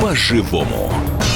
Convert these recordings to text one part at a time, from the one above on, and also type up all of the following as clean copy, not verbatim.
по-живому.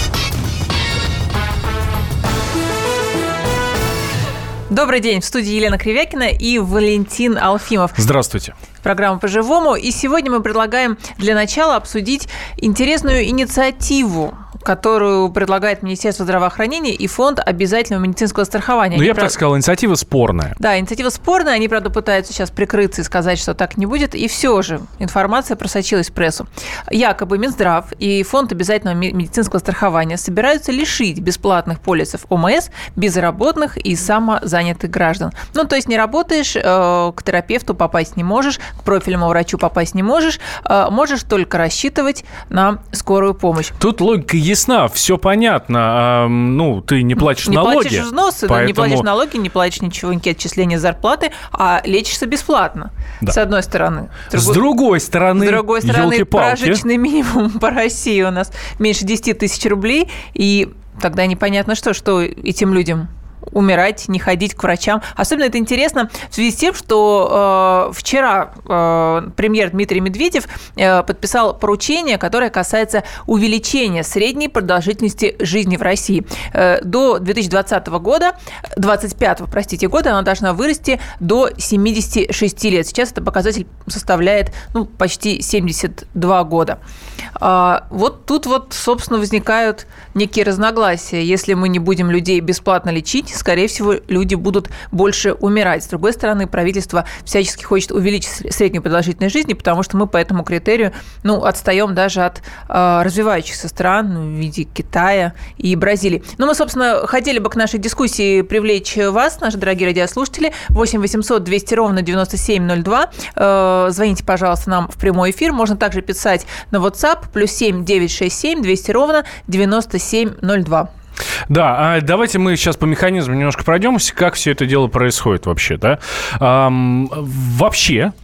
Добрый день. В студии Елена Кривякина и Валентин Алфимов. Здравствуйте. Программа «По-живому». И сегодня мы предлагаем для начала обсудить интересную инициативу, которую предлагает Министерство здравоохранения и Фонд обязательного медицинского страхования. Я бы так сказал, инициатива спорная. Да, инициатива спорная. Они, правда, пытаются сейчас прикрыться и сказать, что так не будет. И все же информация просочилась в прессу. Якобы Минздрав и Фонд обязательного медицинского страхования собираются лишить бесплатных полисов ОМС безработных и самозанятых граждан. Ну, то есть не работаешь, к терапевту попасть не можешь, к профильному врачу попасть не можешь, можешь только рассчитывать на скорую помощь. Тут логика ясна, все понятно. Ты не платишь налоги. Не платишь взносы, поэтому... не платишь налоги, не платишь ничего, никакие отчисления зарплаты, а лечишься бесплатно, да. С одной стороны. С другой стороны, прожиточный минимум по России у нас меньше 10 тысяч рублей, и тогда непонятно, что этим людям... умирать, не ходить к врачам. Особенно это интересно в связи с тем, что вчера премьер Дмитрий Медведев подписал поручение, которое касается увеличения средней продолжительности жизни в России. До 2025 года она должна вырасти до 76 лет. Сейчас этот показатель составляет почти 72 года. Вот тут собственно, возникают некие разногласия. Если мы не будем людей бесплатно лечить, скорее всего, люди будут больше умирать. С другой стороны, правительство всячески хочет увеличить среднюю продолжительность жизни, потому что мы по этому критерию отстаем даже от развивающихся стран в виде Китая и Бразилии. Но мы, собственно, хотели бы к нашей дискуссии привлечь вас, наши дорогие радиослушатели. 8 800 200 ровно 9702. Звоните, пожалуйста, нам в прямой эфир. Можно также писать на WhatsApp +7 967 200 ровно 9702. Да, давайте мы сейчас по механизму немножко пройдемся, как все это дело происходит вообще, да? Вообще,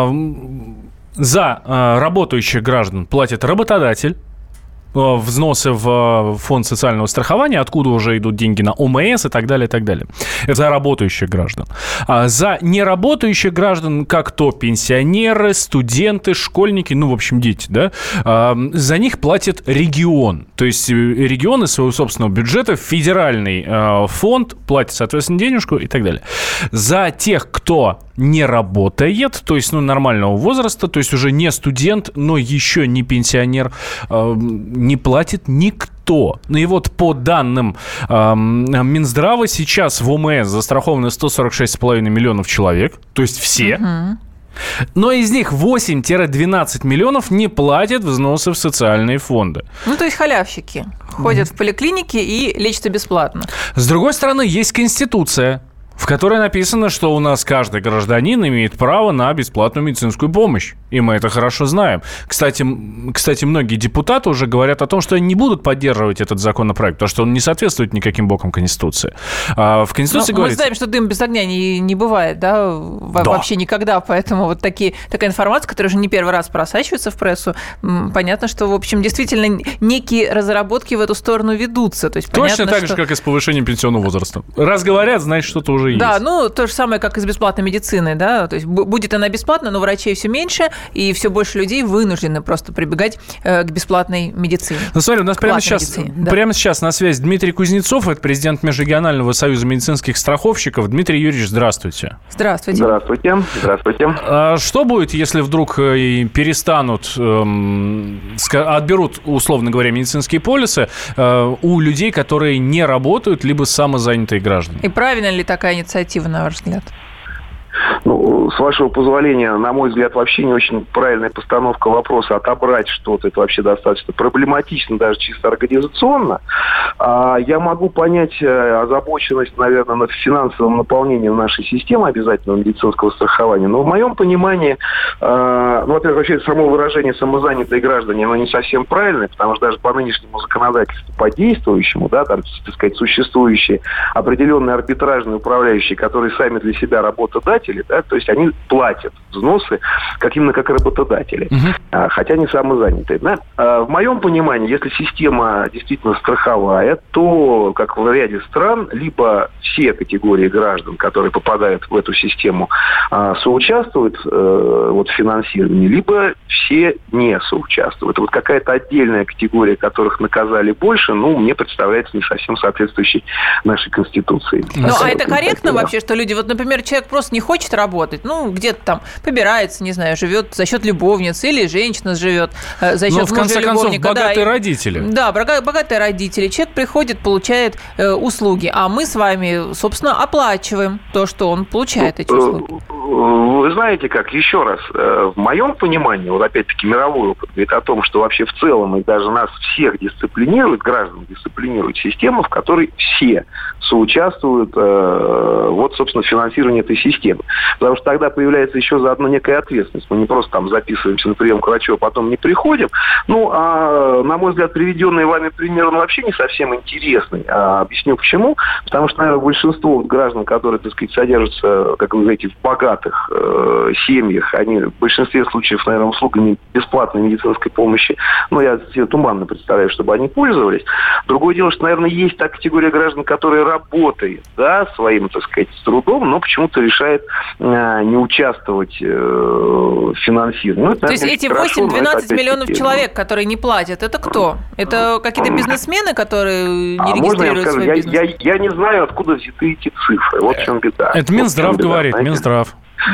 за работающих граждан платит работодатель, взносы в фонд социального страхования, откуда уже идут деньги на ОМС и так далее, и так далее. Это за работающих граждан. А за неработающих граждан, как то пенсионеры, студенты, школьники, в общем, дети, да, за них платит регион. То есть регион из своего собственного бюджета, федеральный фонд платит, соответственно, денежку и так далее. За тех, кто не работает, то есть, нормального возраста, то есть уже не студент, но еще не пенсионер, не платит никто. И вот по данным Минздрава сейчас в ОМС застрахованы 146,5 миллионов человек, то есть все. Но из них 8-12 миллионов не платят взносы в социальные фонды. То есть халявщики ходят в поликлиники и лечатся бесплатно. С другой стороны, есть Конституция, в которой написано, что у нас каждый гражданин имеет право на бесплатную медицинскую помощь. И мы это хорошо знаем. Кстати, многие депутаты уже говорят о том, что они не будут поддерживать этот законопроект, потому что он не соответствует никаким бокам Конституции. А в Конституции говорится... Мы знаем, что дым без огня не бывает, да? Вообще никогда. Поэтому такая информация, которая уже не первый раз просачивается в прессу, понятно, что, в общем, действительно некие разработки в эту сторону ведутся. То есть, точно так же, как и с повышением пенсионного возраста. Раз говорят, значит, что-то уже есть. Да, то же самое, как и с бесплатной медициной, да, то есть будет она бесплатна, но врачей все меньше, и все больше людей вынуждены просто прибегать к бесплатной медицине. Смотри, у нас прямо сейчас на связи Дмитрий Кузнецов, это президент Межрегионального союза медицинских страховщиков. Дмитрий Юрьевич, здравствуйте. Здравствуйте. Здравствуйте. Что будет, если вдруг перестанут, отберут, условно говоря, медицинские полисы у людей, которые не работают, либо самозанятые граждане? И правильно ли такая инициатива, на ваш взгляд? С вашего позволения, на мой взгляд, вообще не очень правильная постановка вопроса. Отобрать что-то, это вообще достаточно проблематично, даже чисто организационно. Я могу понять озабоченность, наверное, над финансовым наполнением нашей системы обязательного медицинского страхования. Но в моем понимании, во-первых, вообще само выражение «самозанятые граждане», оно не совсем правильное, потому что даже по нынешнему законодательству, по действующему, да, там, так сказать, существующие определенные арбитражные управляющие, которые сами для себя работодатели, да, то есть они платят взносы именно как работодатели, хотя они самозанятые. Да? В моем понимании, если система действительно страховая, то, как в ряде стран, либо все категории граждан, которые попадают в эту систему, соучаствуют в финансировании, либо все не соучаствуют. Вот какая-то отдельная категория, которых наказали больше, мне представляется не совсем соответствующей нашей Конституции. А это корректно вообще, что люди, например, человек просто не хочет работать, где-то там побирается, не знаю, живет за счет любовницы, или женщина живет за счет в конце концов, богатые родители. Да, богатые родители. Человек приходит, получает услуги, а мы с вами, собственно, оплачиваем то, что он получает эти услуги. Вы знаете как, еще раз, в моем понимании, опять-таки мировой опыт говорит о том, что вообще в целом и даже нас всех дисциплинирует, граждан дисциплинирует система, в которой все соучаствуют, собственно, в финансировании этой системы. Потому что тогда появляется еще заодно некая ответственность. Мы не просто там записываемся на прием к врачу, а потом не приходим. На мой взгляд, приведенный вами пример, он вообще не совсем интересный. Объясню почему. Потому что, наверное, большинство граждан, которые, так сказать, содержатся, как вы знаете, в богатых семьях, они в большинстве случаев, наверное, услугами бесплатной медицинской помощи, я себе туманно представляю, чтобы они пользовались. Другое дело, что, наверное, есть та категория граждан, которые работают, своим, так сказать, трудом, но почему-то решает не участвовать в финансировании. То есть эти 8-12 миллионов человек, которые не платят, это кто? Это какие-то бизнесмены, которые не регистрируют свой бизнес? Я не знаю, откуда взяты эти цифры. Вот в чем беда. Это Минздрав говорит, знаете? Минздрав.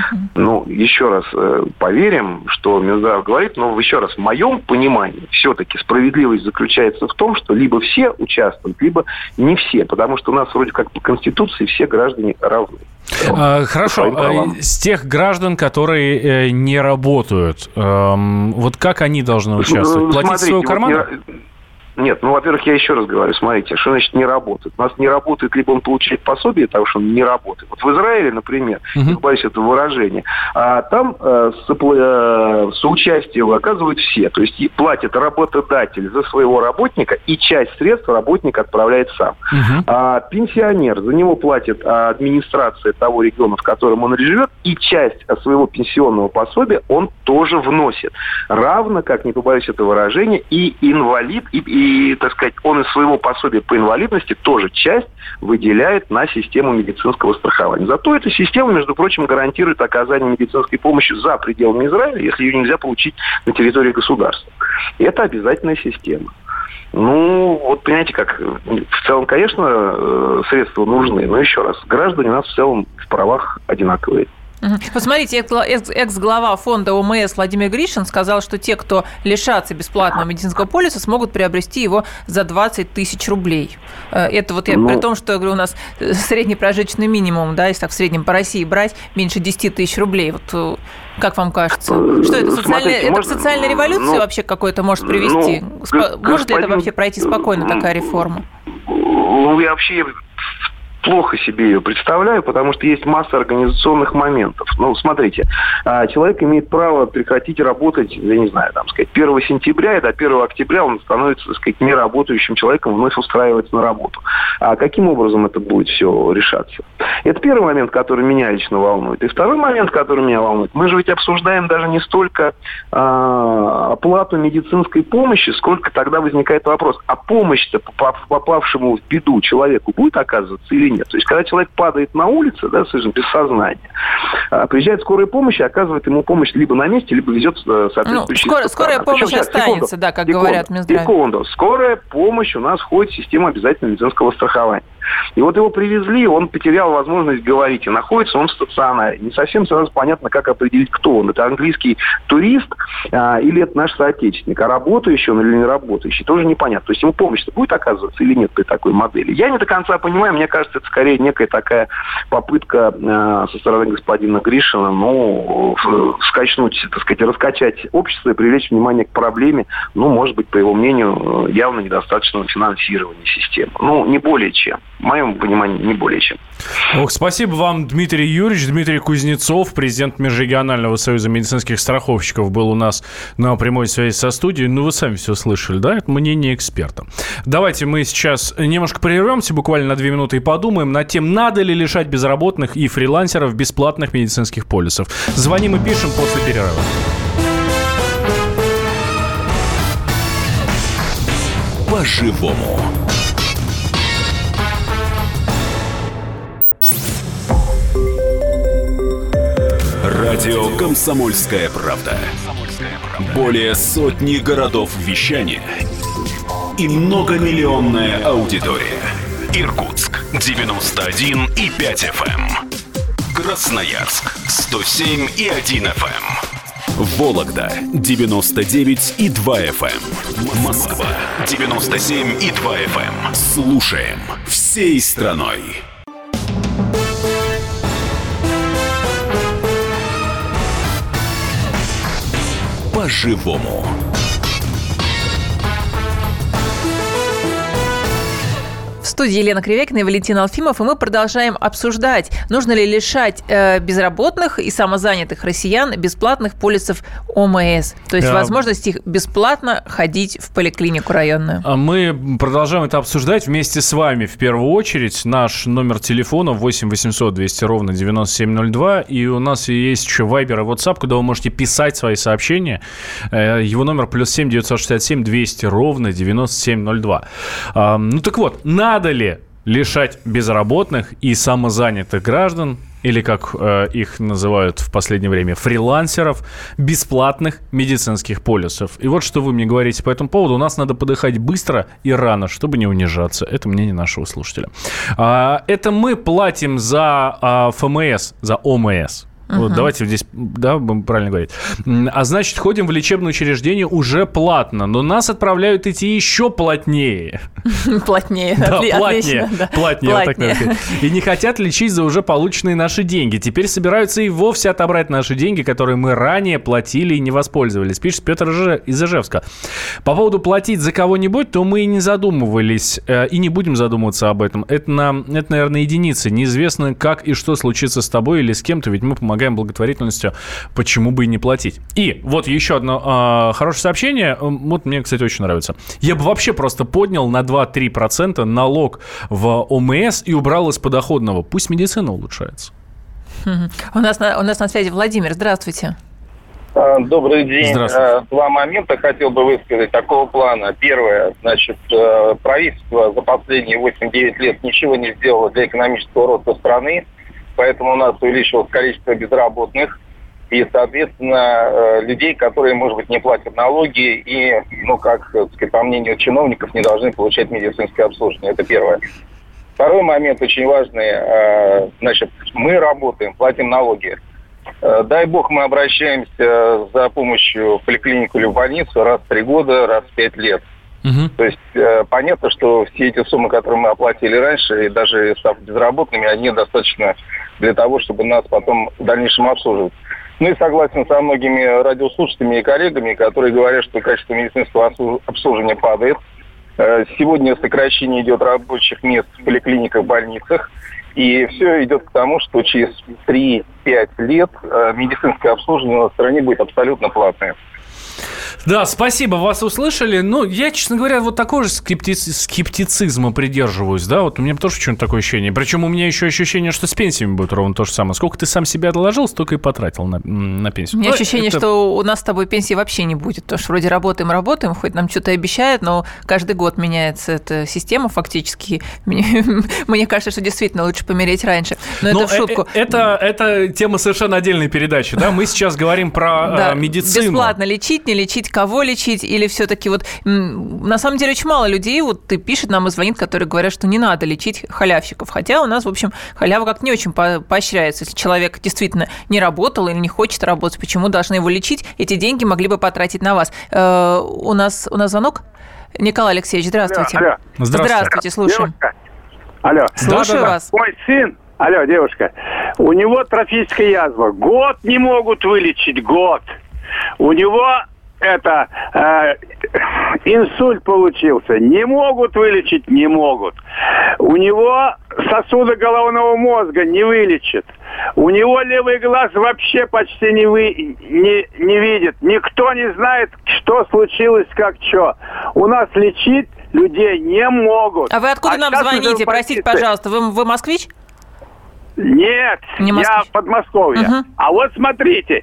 Еще раз, поверим, что Минздрав говорит, но еще раз, в моем понимании, все-таки справедливость заключается в том, что либо все участвуют, либо не все, потому что у нас вроде как по Конституции все граждане равны. Хорошо. С тех граждан, которые не работают, как они должны участвовать? Платить из своего кармана? Нет, во-первых, я еще раз говорю, смотрите, что значит не работает? У нас не работает, либо он получает пособие, потому что он не работает. В Израиле, например, не боюсь этого выражения, там соучастие оказывают все. То есть платит работодатель за своего работника, и часть средств работник отправляет сам. А пенсионер, за него платит администрация того региона, в котором он живет, и часть своего пенсионного пособия он тоже вносит. Равно, как, не побоюсь этого выражения, и инвалид, и, так сказать, он из своего пособия по инвалидности тоже часть выделяет на систему медицинского страхования. Зато эта система, между прочим, гарантирует оказание медицинской помощи за пределами Израиля, если ее нельзя получить на территории государства. И это обязательная система. Понимаете, как, в целом, конечно, средства нужны, но еще раз, граждане у нас в целом в правах одинаковые. Посмотрите, экс-глава фонда ОМС Владимир Гришин сказал, что те, кто лишатся бесплатного медицинского полиса, смогут приобрести его за 20 тысяч рублей. Это при том, что, я говорю, у нас средний прожиточный минимум, если так в среднем по России брать, меньше 10 тысяч рублей. Как вам кажется? Что это? Это к социальной революции вообще какой-то может привести? Может ли это вообще пройти спокойно, такая реформа? Я вообще плохо себе ее представляю, потому что есть масса организационных моментов. Смотрите, человек имеет право прекратить работать, я не знаю, 1 сентября, и до 1 октября он становится, неработающим человеком, вновь устраивается на работу. А каким образом это будет все решаться? Это первый момент, который меня лично волнует. И второй момент, который меня волнует, мы же ведь обсуждаем даже не столько оплату медицинской помощи, сколько тогда возникает вопрос, а помощь-то попавшему в беду человеку будет оказываться или нет? То есть, когда человек падает на улице, совершенно без сознания, приезжает скорая помощь и оказывает ему помощь либо на месте, либо везет соответствующий... Скорая помощь останется, как говорят в Минздраве. Секунду. Скорая помощь у нас входит в систему обязательного медицинского страхования. И его привезли, он потерял возможность говорить, и находится он в стационаре. Не совсем сразу понятно, как определить, кто он. Это английский турист или это наш соотечественник. А работающий он или не работающий, тоже непонятно. То есть ему помощь-то будет оказываться или нет при такой модели. Я не до конца понимаю, мне кажется, это скорее некая такая попытка со стороны господина Гришина, скачнуть, раскачать общество и привлечь внимание к проблеме, может быть, по его мнению, явно недостаточного финансирования системы. Не более чем. в моем понимании, не более чем. Спасибо вам, Дмитрий Юрьевич. Дмитрий Кузнецов, президент Межрегионального союза медицинских страховщиков, был у нас на прямой связи со студией. Вы сами все слышали, да? Это мнение эксперта. Давайте мы сейчас немножко прервемся, буквально на 2 минуты, и подумаем над тем, надо ли лишать безработных и фрилансеров бесплатных медицинских полисов. Звоним и пишем после перерыва. По-живому. Радио «Комсомольская правда». Более сотни городов вещания и многомиллионная аудитория. Иркутск 91,5 FM. Красноярск 107,1 FM. Вологда 99,2 FM. Москва 97,2 FM. Слушаем всей страной. По-живому. В студии Елена Кривякина и Валентин Алфимов, и мы продолжаем обсуждать, нужно ли лишать безработных и самозанятых россиян бесплатных полисов ОМС, то есть возможность их бесплатно ходить в поликлинику районную. Мы продолжаем это обсуждать вместе с вами в первую очередь. Наш номер телефона 8 800 200 ровно 9702, и у нас есть еще Viber и WhatsApp, куда вы можете писать свои сообщения. Его номер +7 967 200 ровно 9702. Ну так вот, надо ли лишать безработных и самозанятых граждан, или, как их называют в последнее время, фрилансеров, бесплатных медицинских полисов? И вот что вы мне говорите по этому поводу. У нас надо подыхать быстро и рано, чтобы не унижаться. Это мнение нашего слушателя. Это мы платим за ФМС, за ОМС. Вот давайте здесь, да, будем правильно говорить. А значит, ходим в лечебное учреждение уже платно, но нас отправляют идти еще плотнее. Плотнее. Да, платнее. Платнее, вот так надо сказать. И не хотят лечить за уже полученные наши деньги. Теперь собираются и вовсе отобрать наши деньги, которые мы ранее платили и не воспользовались. Пишет Петр из Ижевска. По поводу платить за кого-нибудь, то мы и не задумывались, и не будем задумываться об этом. Это, наверное, единицы. Неизвестно, как и что случится с тобой или с кем-то, ведь мы помогаем благотворительностью, почему бы и не платить. И вот еще одно хорошее сообщение. Вот мне, кстати, очень нравится. Я бы вообще просто поднял на 2-3% налог в ОМС и убрал из подоходного. Пусть медицина улучшается. У нас на связи Владимир. Здравствуйте. Добрый день. Здравствуйте. 2 момента хотел бы высказать такого плана. Первое, значит, правительство за последние 8-9 лет ничего не сделало для экономического роста страны. Поэтому у нас увеличилось количество безработных и, соответственно, людей, которые, может быть, не платят налоги и, как, так сказать, по мнению чиновников, не должны получать медицинское обслуживание. Это первое. Второй момент очень важный. Значит, мы работаем, платим налоги. Дай бог, мы обращаемся за помощью в поликлинику или в больницу раз в 3 года, раз в 5 лет. То есть понятно, что все эти суммы, которые мы оплатили раньше, и даже став безработными, они достаточно для того, чтобы нас потом в дальнейшем обслуживать. Ну и согласен со многими радиослушателями и коллегами, которые говорят, что качество медицинского обслуживания падает. Сегодня сокращение идет рабочих мест в поликлиниках, больницах. И все идет к тому, что через 3-5 лет медицинское обслуживание на стране будет абсолютно платное. Да, спасибо, вас услышали. Я, честно говоря, вот такого же скептицизма придерживаюсь, да, вот у меня тоже что-то такое ощущение. Причем у меня еще ощущение, что с пенсиями будет ровно то же самое. Сколько ты сам себя доложил, столько и потратил на пенсию. У меня ощущение, что у нас с тобой пенсии вообще не будет, потому что вроде работаем, хоть нам что-то обещают, но каждый год меняется эта система фактически. Мне кажется, что действительно лучше помереть раньше. Но это в шутку. Это тема совершенно отдельной передачи, да? Мы сейчас говорим про медицину. Бесплатно лечить, не лечить, кого лечить, или все-таки вот на самом деле очень мало людей вот пишет нам и звонит, которые говорят, что не надо лечить халявщиков, хотя у нас, в общем, халява как не очень поощряется. Если человек действительно не работал или не хочет работать, почему должны его лечить? Эти деньги могли бы потратить на вас. У нас звонок? Николай Алексеевич, здравствуйте. Алло. Здравствуйте, слушаем. Девушка. Алло. Слушаю вас. Мой сын, девушка, у него трофическая язва. Год не могут вылечить, год. У него инсульт получился. Не могут вылечить, не могут. У него сосуды головного мозга не вылечат. У него левый глаз вообще почти не видит. Никто не знает, что случилось, как что. У нас лечить людей не могут. А вы откуда нам звоните? Простите, пожалуйста, вы москвич? Нет, я в Подмосковье. А вот смотрите.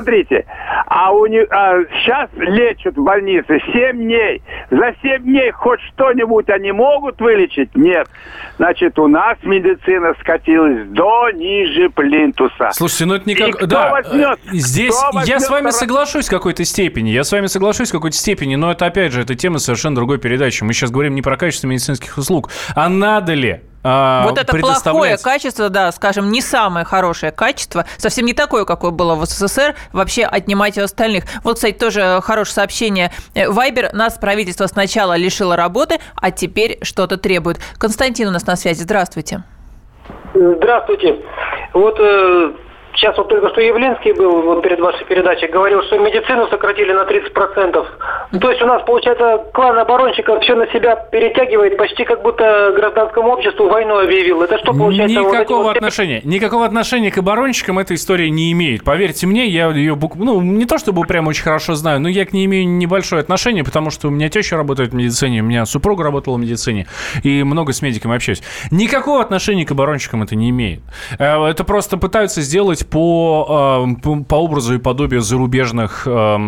Сейчас лечат в больнице 7 дней. За 7 дней хоть что-нибудь они могут вылечить? Нет. Значит, у нас медицина скатилась ниже плинтуса. Слушайте, это никак... Да, здесь я с вами соглашусь в какой-то степени, но это, опять же, это тема совершенно другой передачи. Мы сейчас говорим не про качество медицинских услуг, а надо ли вот это плохое качество, да, скажем, не самое хорошее качество, совсем не такое, какое было в СССР, вообще отнимать у остальных. Вот, кстати, тоже хорошее сообщение. Вайбер: нас правительство сначала лишило работы, а теперь что-то требует. Константин у нас на связи. Здравствуйте. Здравствуйте. Вот сейчас вот только что Явлинский был вот перед вашей передачей, говорил, что медицину сократили на 30%. То есть у нас, получается, клан оборонщиков все на себя перетягивает, почти как будто гражданскому обществу войну объявил. Это что получается? Никакого отношения к оборонщикам эта история не имеет. Поверьте мне, я ее, не то чтобы прям очень хорошо знаю, но я к ней имею небольшое отношение, потому что у меня теща работает в медицине, у меня супруга работала в медицине, и много с медиками общаюсь. Никакого отношения к оборонщикам это не имеет. Это просто пытаются сделать по образу и подобию зарубежных,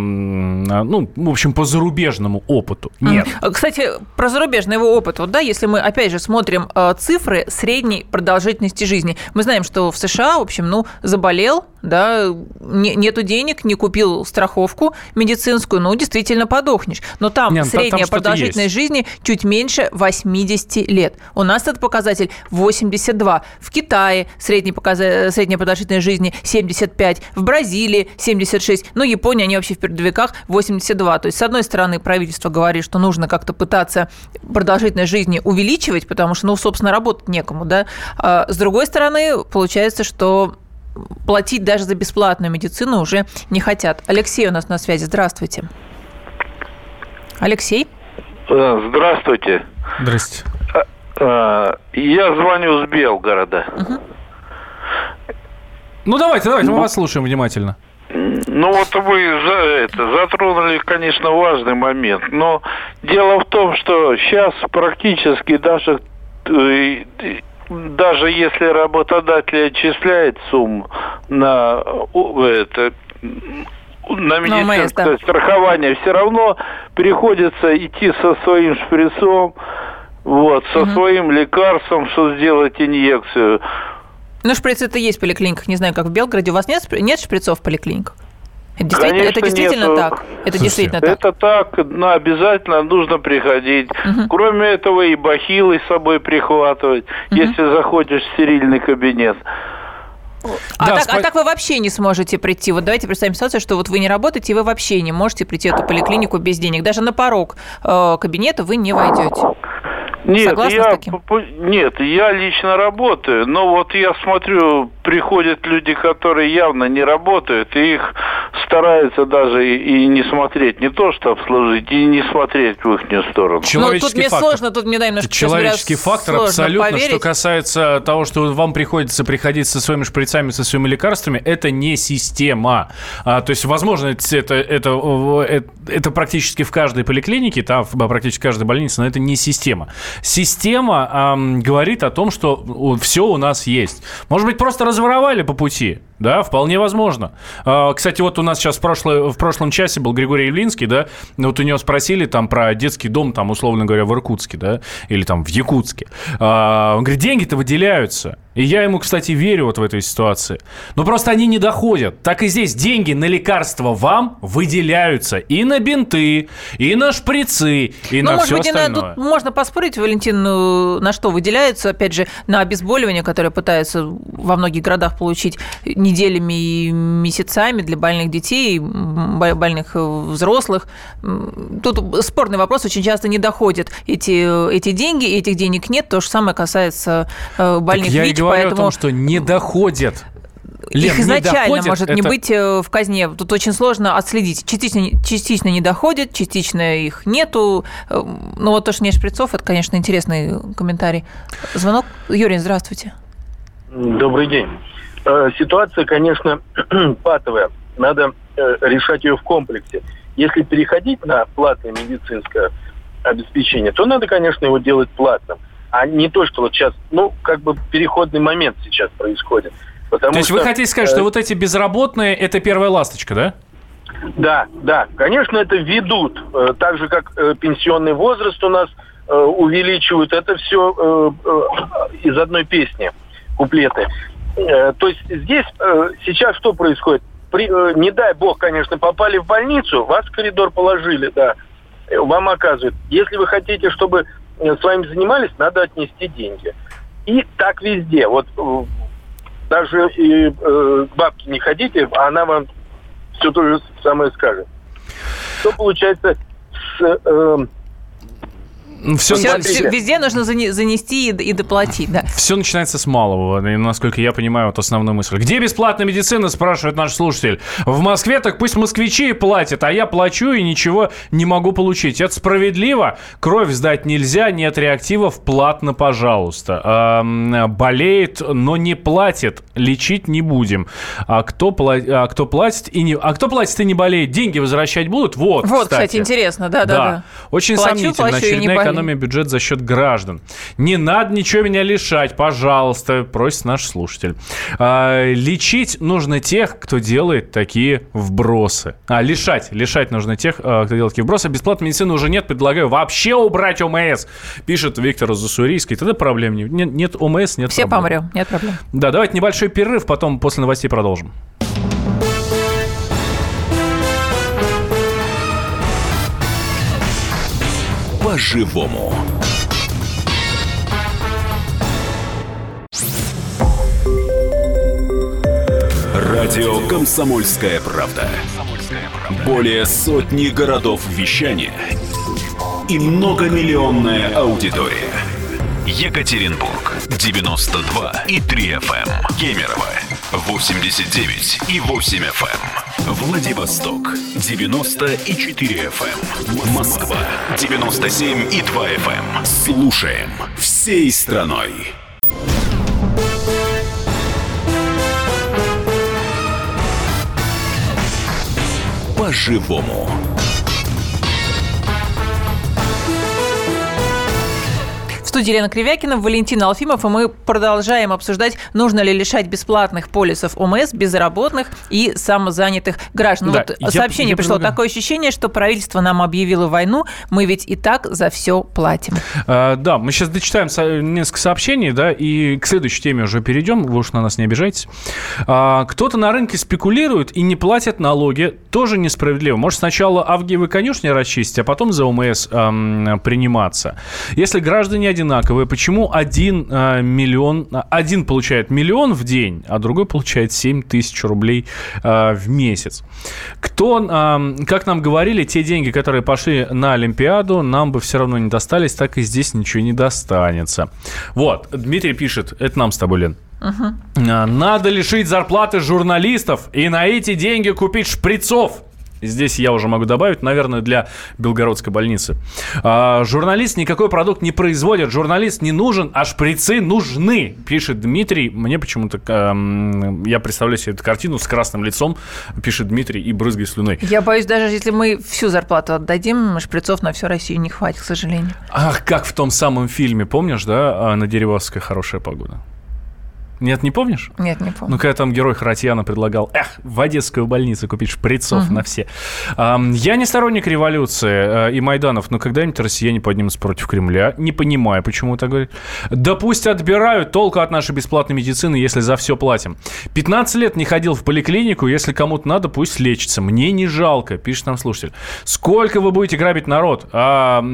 в общем, по зарубежному опыту. Нет. Кстати, про зарубежный его опыт. Вот, да, если мы, опять же, смотрим цифры средней продолжительности жизни, мы знаем, что в США, в общем, заболел, да, нету денег, не купил страховку медицинскую, действительно подохнешь. Но там средняя продолжительность жизни чуть меньше 80 лет. У нас этот показатель 82. В Китае средняя продолжительность жизни 75. В Бразилии 76. Япония, они вообще в передовиках 82. То есть, с одной стороны, правительство говорит, что нужно как-то пытаться продолжительность жизни увеличивать, потому что, собственно, работать некому, да. А с другой стороны, получается, что платить даже за бесплатную медицину уже не хотят. Алексей у нас на связи. Здравствуйте. Алексей? Здравствуйте. Здрасте. Я звоню с Белгорода. Давайте, мы вас слушаем внимательно. Вы затронули, конечно, важный момент. Но дело в том, что сейчас практически даже если работодатель отчисляет сумму на медицинское страхование, все равно приходится идти со своим шприцом, со своим лекарством, чтобы сделать инъекцию. Шприцы-то есть в поликлиниках, не знаю, как в Белгороде. У вас нет шприцов в поликлиниках? Это действительно так? Это действительно так? Это так, обязательно нужно приходить. Кроме этого, и бахилы с собой прихватывать, если заходишь в стерильный кабинет. Так вы вообще не сможете прийти. Вот давайте представим ситуацию, что вы не работаете, и вы вообще не можете прийти в эту поликлинику без денег. Даже на порог кабинета вы не войдете. Согласны с таким? Нет, я лично работаю, но я смотрю, приходят люди, которые явно не работают, и их стараются даже и не смотреть, не то что обслужить, и не смотреть в их сторону. Тут мне сложно, человеческий фактор абсолютно, поверить. Что касается того, что вам приходится приходить со своими шприцами, со своими лекарствами, это не система. То есть, возможно, это практически в каждой поликлинике, практически в каждой больнице, но это не система. Система говорит о том, что все у нас есть. Может быть, просто разворовали по пути. Да, вполне возможно. Кстати, у нас сейчас в прошлом часе был Григорий Явлинский, да, у него спросили про детский дом, условно говоря, в Иркутске, да, или в Якутске. Он говорит, деньги-то выделяются. И я ему, кстати, верю в этой ситуации. Но просто они не доходят. Так и здесь деньги на лекарства вам выделяются и на бинты, и на шприцы, и на все остальное. Тут можно поспорить, Валентин, на что выделяются, опять же, на обезболивание, которое пытаются во многих городах получить неделями и месяцами для больных детей, больных взрослых. Тут спорный вопрос, очень часто не доходят эти деньги, и этих денег нет. То же самое касается больных ВИЧ. Я говорю о том, что не доходят. их изначально может не быть в казне. Тут очень сложно отследить. Частично не доходит, частично их нету. Ну, вот то, что нет шприцов, это, конечно, интересный комментарий. Звонок. Юрий, здравствуйте. Добрый день. Ситуация, конечно, патовая. Надо решать ее в комплексе. Если переходить на платное медицинское обеспечение, то надо, конечно, его делать платным. А не то, что вот сейчас, переходный момент сейчас происходит. То есть вы хотите сказать, что вот эти безработные – это первая ласточка, да? Да, конечно, это ведут. Так же, как пенсионный возраст у нас увеличивают. Это все из одной песни, куплеты. То есть здесь сейчас что происходит? Не дай бог, конечно, попали в больницу, вас в коридор положили, да, вам оказывают. Если вы хотите, чтобы с вами занимались, надо отнести деньги. И так везде. Вот даже к бабке не ходите, она вам все то же самое скажет. Что получается с... Везде нужно занести и доплатить, да. Все начинается с малого, и, насколько я понимаю, вот основную мысль. Где бесплатная медицина, спрашивает наш слушатель. В Москве, так пусть москвичи платят, а я плачу и ничего не могу получить. Это справедливо? Кровь сдать нельзя, нет реактивов, платно, пожалуйста. Болеет, но не платит, лечить не будем. А кто платит и не болеет, деньги возвращать будут? Вот, кстати, интересно, да. Очень сомнительно. Очередная экономия бюджета за счет граждан. Не надо ничего меня лишать, пожалуйста, просит наш слушатель. Лечить нужно тех, кто делает такие вбросы. Лишать нужно тех, кто делает такие вбросы. Бесплатной медицины уже нет, предлагаю вообще убрать ОМС, пишет Виктор из Уссурийска. Тогда проблем нет. Нет ОМС, нет все проблем. Все помрем, нет проблем. Да, давайте небольшой перерыв, потом после новостей продолжим. По-живому. Радио «Комсомольская правда». Более сотни городов вещания и многомиллионная аудитория. Екатеринбург 92,3 FM. Кемерово 89,8 FM. Владивосток 90,4 FM. Москва 97,2 FM. Слушаем всей страной. По-живому. В студии Елена Кривякина, Валентин Алфимов, и мы продолжаем обсуждать, нужно ли лишать бесплатных полисов ОМС безработных и самозанятых граждан. Да, сообщение пришло. Такое ощущение, что правительство нам объявило войну, мы ведь и так за все платим. Да, мы сейчас дочитаем несколько сообщений, да, и к следующей теме уже перейдем, вы уж на нас не обижайтесь. Кто-то на рынке спекулирует и не платит налоги, тоже несправедливо. Может, сначала авгиевы конюшни расчистить, а потом за ОМС приниматься. Если граждане одинаковые, почему один получает миллион в день, а другой получает 7 тысяч рублей в месяц? Как нам говорили, те деньги, которые пошли на Олимпиаду, нам бы все равно не достались, так и здесь ничего не достанется. Вот, Дмитрий пишет, это нам с тобой, Лен. Надо лишить зарплаты журналистов и на эти деньги купить шприцов. Здесь я уже могу добавить, наверное, для Белгородской больницы. Журналист никакой продукт не производит. Журналист не нужен, а шприцы нужны, пишет Дмитрий. Мне почему-то, я представляю себе эту картину с красным лицом, пишет Дмитрий, и брызгой слюной. Я боюсь, даже если мы всю зарплату отдадим, шприцов на всю Россию не хватит, к сожалению. Ах, как в том самом фильме, помнишь, да, на Деревасской хорошая погода? Нет, не помнишь? Нет, не помню. Ну, когда там герой Харатьяна предлагал, в Одесскую больницу купить шприцов на все. Я не сторонник революции и Майданов, но когда-нибудь россияне поднимутся против Кремля. Не понимаю, почему так говорят. Да пусть отбирают, толку от нашей бесплатной медицины, если за все платим. 15 лет не ходил в поликлинику, если кому-то надо, пусть лечится. Мне не жалко, пишет нам слушатель. Сколько вы будете грабить народ?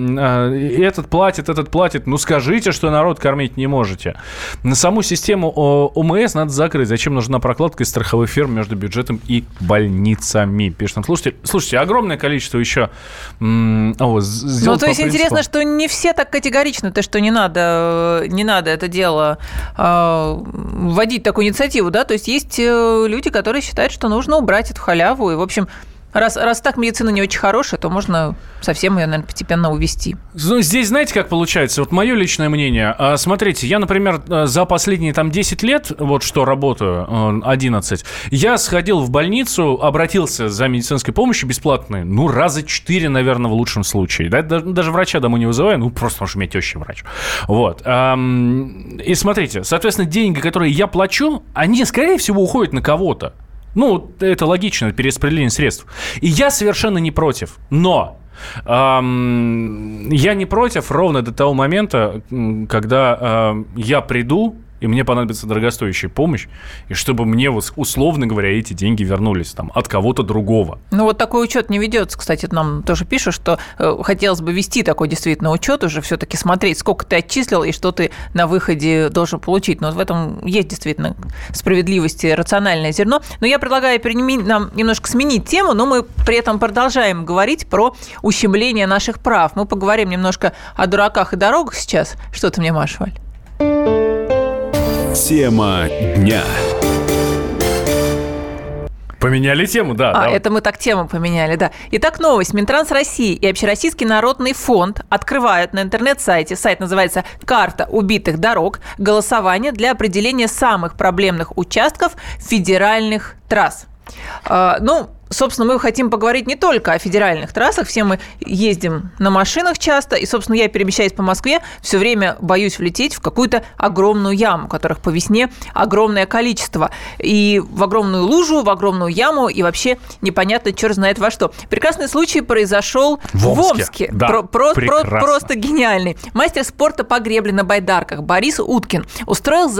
Этот платит. Ну, скажите, что народ кормить не можете. На саму систему ОМС надо закрыть. Зачем нужна прокладка из страховых фирм между бюджетом и больницами? Пишет нам слушатель. Слушайте, огромное количество еще... то есть интересно, что не все так категорично, что не надо это дело вводить такую инициативу, да? То есть есть люди, которые считают, что нужно убрать эту халяву, и, в общем... Раз так медицина не очень хорошая, то можно совсем ее, наверное, постепенно увести. Ну, здесь знаете, как получается? Вот мое личное мнение. Смотрите, я, например, за последние 10 лет, вот что работаю, 11, я сходил в больницу, обратился за медицинской помощью бесплатной, раза 4, наверное, в лучшем случае. Да? Даже врача домой не вызываю, просто потому что у меня теща врач. Вот. И смотрите, соответственно, деньги, которые я плачу, они, скорее всего, уходят на кого-то. Это логично, перераспределение средств. И я совершенно не против. Но я не против ровно до того момента, когда я приду, и мне понадобится дорогостоящая помощь, и чтобы мне, условно говоря, эти деньги вернулись от кого-то другого. Такой учет не ведется. Кстати, нам тоже пишут, что хотелось бы вести такой действительно учет, уже все-таки смотреть, сколько ты отчислил и что ты на выходе должен получить. Но в этом есть действительно справедливость и рациональное зерно. Но я предлагаю нам немножко сменить тему, но мы при этом продолжаем говорить про ущемление наших прав. Мы поговорим немножко о дураках и дорогах сейчас. Что ты мне, Маша, Валь? Тема дня. Поменяли тему, да. Это мы так тему поменяли, да. Итак, новость. Минтранс России и Общероссийский народный фонд открывают на интернет-сайте, сайт называется «Карта убитых дорог», голосование для определения самых проблемных участков федеральных трасс. Собственно, мы хотим поговорить не только о федеральных трассах. Все мы ездим на машинах часто. И, собственно, я, перемещаясь по Москве, все время боюсь влететь в какую-то огромную яму, которых по весне огромное количество. И в огромную лужу, в огромную яму, и вообще непонятно, черт знает во что. Прекрасный случай произошел в Омске. Да, просто гениальный. Мастер спорта по гребле на байдарках Борис Уткин устроил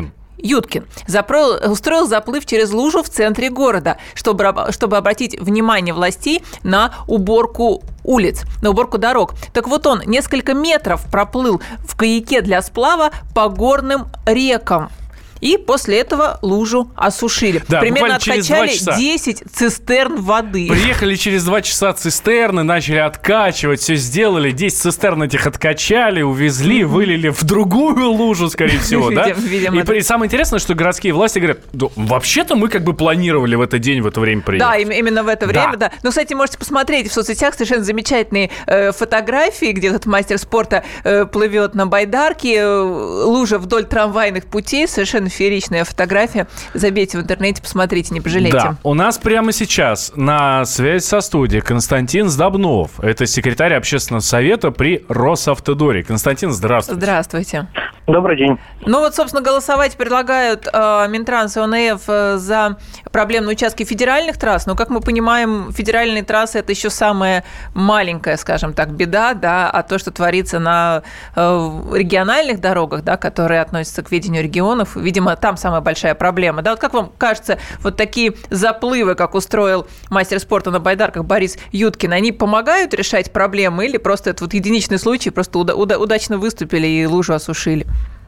Юткин устроил заплыв через лужу в центре города, чтобы обратить внимание властей на уборку улиц, на уборку дорог. Так вот, он несколько метров проплыл в каяке для сплава по горным рекам. И после этого лужу осушили. Да, примерно откачали 10 цистерн воды. Приехали через 2 часа цистерны, начали откачивать, все сделали. 10 цистерн этих откачали, увезли, вылили в другую лужу, скорее всего, да? И самое интересное, что городские власти говорят, вообще-то мы планировали в этот день, в это время приехать. Да, именно в это время, да. Кстати, можете посмотреть в соцсетях совершенно замечательные фотографии, где этот мастер спорта плывет на байдарке, лужа вдоль трамвайных путей, совершенно фееричная фотография. Забейте в интернете, посмотрите, не пожалейте. Да, у нас прямо сейчас на связи со студией Константин Сдобнов. Это секретарь общественного совета при Росавтодоре. Константин, здравствуйте. Здравствуйте. Добрый день. Собственно, голосовать предлагают Минтранс и ОНФ за проблемные участки федеральных трасс. Но, как мы понимаем, федеральные трассы – это еще самая маленькая, скажем так, беда, да, а то, что творится на региональных дорогах, да, которые относятся к ведению регионов, видимо, там самая большая проблема. Да, как вам кажется, вот такие заплывы, как устроил мастер спорта на байдарках Борис Юткин, они помогают решать проблемы или просто это единичный случай, просто удачно выступили и лужу осушили?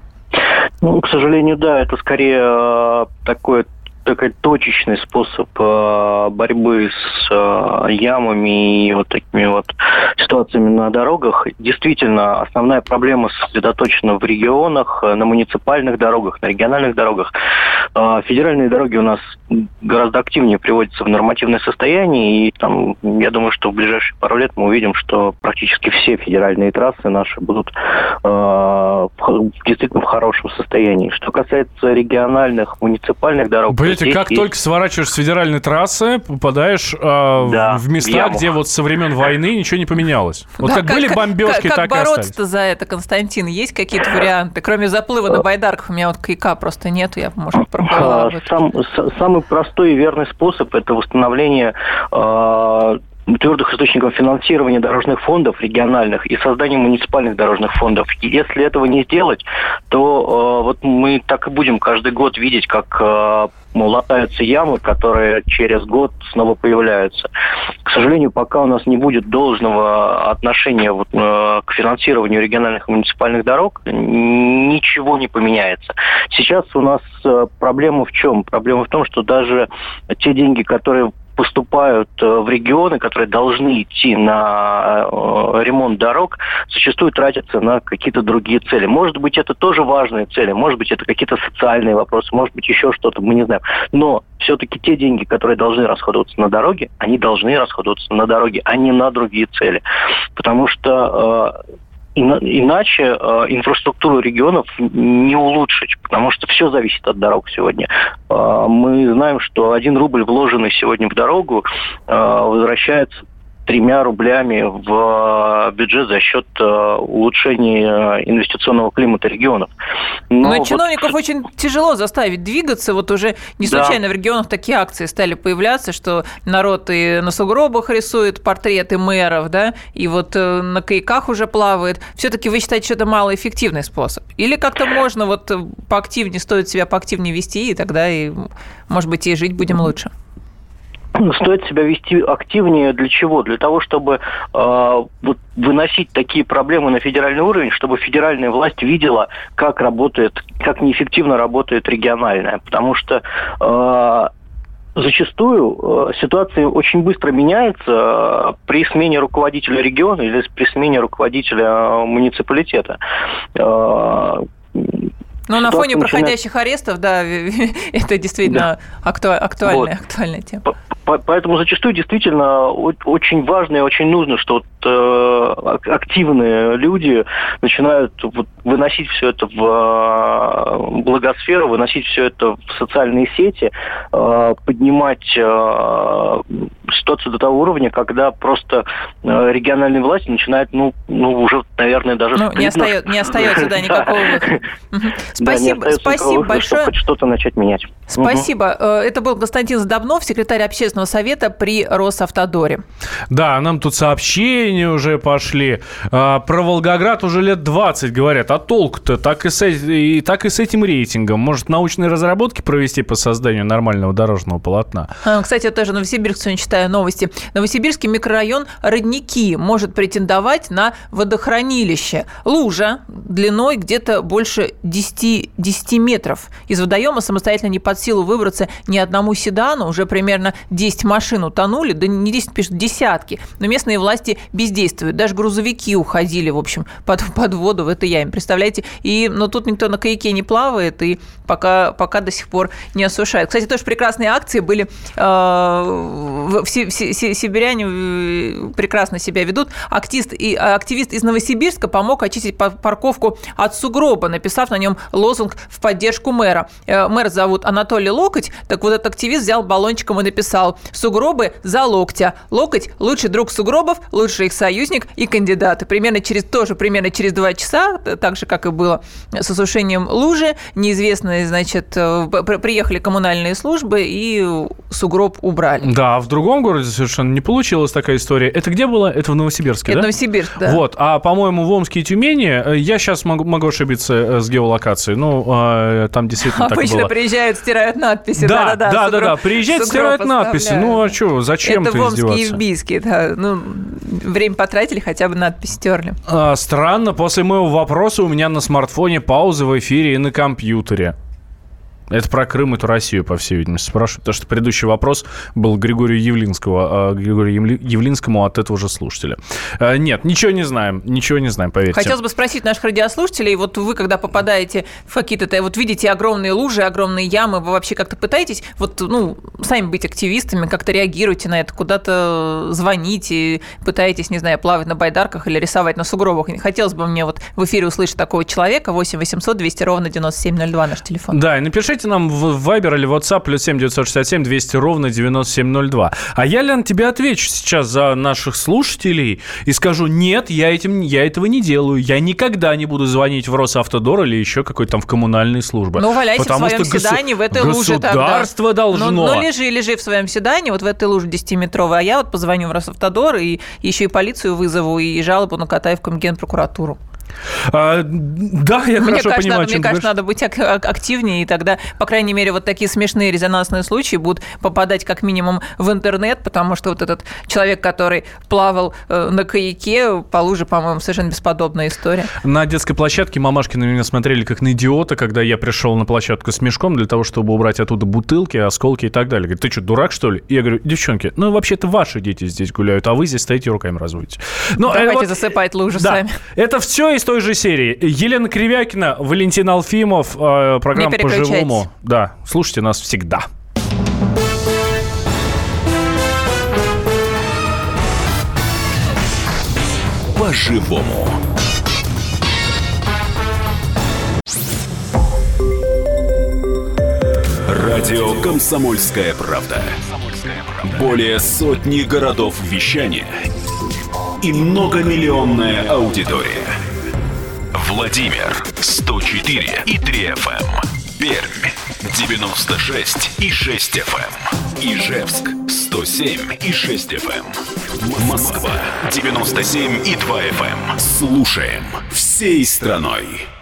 К сожалению, да, это скорее такой точечный способ борьбы с ямами и такими ситуациями на дорогах. Действительно, основная проблема сосредоточена в регионах, на муниципальных дорогах, на региональных дорогах. Федеральные дороги у нас гораздо активнее приводятся в нормативное состояние, и я думаю, что в ближайшие пару лет мы увидим, что практически все федеральные трассы наши будут действительно в хорошем состоянии. Что касается региональных, муниципальных дорог... Как только сворачиваешь с федеральной трассы, попадаешь в места, где со времен войны ничего не поменялось. Как были бомбежки, так и остались. Как бороться-то за это, Константин? Есть какие-то варианты? Кроме заплыва на байдарках, у меня каяка просто нету, я, может, проплыла. Самый простой и верный способ – это восстановление твердых источников финансирования дорожных фондов региональных и созданием муниципальных дорожных фондов. И если этого не сделать, то вот мы так и будем каждый год видеть, как латаются ямы, которые через год снова появляются. К сожалению, пока у нас не будет должного отношения к финансированию региональных и муниципальных дорог, ничего не поменяется. Сейчас у нас проблема в чем? Проблема в том, что даже те деньги, которые поступают в регионы, которые должны идти на ремонт дорог, зачастую тратятся на какие-то другие цели. Может быть, это тоже важные цели, может быть, это какие-то социальные вопросы, может быть, еще что-то, мы не знаем. Но все-таки те деньги, которые должны расходоваться на дороге, они должны расходоваться на дороге, а не на другие цели. Потому что иначе инфраструктуру регионов не улучшить, потому что все зависит от дорог сегодня. Мы знаем, что 1 рубль, вложенный сегодня в дорогу, возвращается 3 рублями в бюджет за счет улучшения инвестиционного климата регионов. Но чиновников очень тяжело заставить двигаться. Вот уже не случайно в регионах такие акции стали появляться, что народ и на сугробах рисует портреты мэров, да, и вот на каяках уже плавает. Все-таки вы считаете, что это малоэффективный способ? Или как-то можно вот поактивнее, стоит себя поактивнее вести, и тогда, может быть, и жить будем лучше? Стоит себя вести активнее для чего? Для того, чтобы выносить такие проблемы на федеральный уровень, чтобы федеральная власть видела, как неэффективно работает региональная. Потому что зачастую ситуация очень быстро меняется при смене руководителя региона или при смене руководителя муниципалитета. Но на фоне проходящих арестов, да, это действительно актуальная тема. Поэтому зачастую действительно очень важно и очень нужно, что активные люди начинают выносить все это в благосферу, выносить все это в социальные сети, поднимать ситуацию до того уровня, когда просто региональные власти начинают, уже, наверное, даже... не остается, да, никакого выхода. Спасибо большое. Хоть что-то начать менять. Спасибо. Это был Константин Задобнов, секретарь общественного совета при Росавтодоре. Да, нам тут сообщения уже пошли. Про Волгоград уже лет 20 говорят. А толку-то так и с этим рейтингом? Может, научные разработки провести по созданию нормального дорожного полотна? Кстати, я тоже Новосибирск сегодня читаю новости. Новосибирский микрорайон Родники может претендовать на водохранилище. Лужа длиной где-то больше 10 метров. Из водоема самостоятельно не под силу выбраться ни одному седану. Уже примерно 10 машин утонули. Да не 10, пишут, десятки. Но местные власти бездействуют. Даже грузовики уходили, в общем, под воду в этой яме. Представляете? Но тут никто на каяке не плавает и пока до сих пор не осушает. Кстати, тоже прекрасные акции были. Сибиряне прекрасно себя ведут. Активист из Новосибирска помог очистить парковку от сугроба, написав на нем лозунг в поддержку мэра. Мэр зовут Анатолий Локоть. Так вот, этот активист взял баллончиком и написал: «Сугробы за Локтя. Локоть – лучший друг сугробов, лучший их союзник и кандидат». Примерно через 2 часа, так же, как и было с осушением лужи, неизвестные, приехали коммунальные службы и сугроб убрали. Да, в другом городе совершенно не получилась такая история. Это где было? Это в Новосибирске, да? Это Новосибирск, да. Вот. А, по-моему, в Омске и Тюмени, я сейчас могу ошибиться с геолокацией, там действительно так было. Обычно приезжают, стирают надписи. Да, приезжают, стирают надписи. Ну, а что, зачем ты издеваться? Это в Омске и в Бийске, да. Время потратили, хотя бы надпись стерли. Странно, после моего вопроса у меня на смартфоне пауза в эфире и на компьютере. Это про Крым, эту Россию, по всей видимости, спрашивают. Потому что предыдущий вопрос был Григорию Явлинскому от этого же слушателя. Нет, ничего не знаем, поверьте. Хотелось бы спросить наших радиослушателей, вот вы, когда попадаете в какие-то, видите огромные лужи, огромные ямы, вы вообще как-то пытаетесь, сами быть активистами, как-то реагируете на это, куда-то звоните, пытаетесь, плавать на байдарках или рисовать на сугробах? Хотелось бы мне в эфире услышать такого человека. 8 800 200 ровно 9702 наш телефон. Да, и напишите Напишите нам в Viber или WhatsApp +7 967 200 ровно 9702. А я, Лен, тебе отвечу сейчас за наших слушателей и скажу: нет, я этого не делаю. Я никогда не буду звонить в Росавтодор или еще какой-то там в коммунальные службы. Ну, валяйся в своем седане в этой луже тогда. Государство должно. Ну, лежи в своем седане вот в этой луже 10-метровой, а я вот позвоню в Росавтодор и еще и полицию вызову, и жалобу накатаю в Генпрокуратуру. Да, я хорошо понимаю, Мне кажется, надо быть активнее, и тогда, по крайней мере, вот такие смешные резонансные случаи будут попадать как минимум в интернет, потому что вот этот человек, который плавал на каяке по луже, по-моему, совершенно бесподобная история. На детской площадке мамашки на меня смотрели как на идиота, когда я пришел на площадку с мешком для того, чтобы убрать оттуда бутылки, осколки и так далее. Говорит: ты что, дурак, что ли? И я говорю: девчонки, ну вообще-то ваши дети здесь гуляют, а вы здесь стоите и руками разводите. Давайте засыпать лужи сами. Это все из той же серии. Елена Кривякина, Валентин Алфимов, программа «По-живому». Да, слушайте нас всегда. По-живому. Радио «Комсомольская правда». Более сотни городов вещания и многомиллионная аудитория. Владимир 104 и 3 FM. Пермь 96 и 6 FM. Ижевск 107 и 6 FM. Москва 97 и 2 FM. Слушаем всей страной.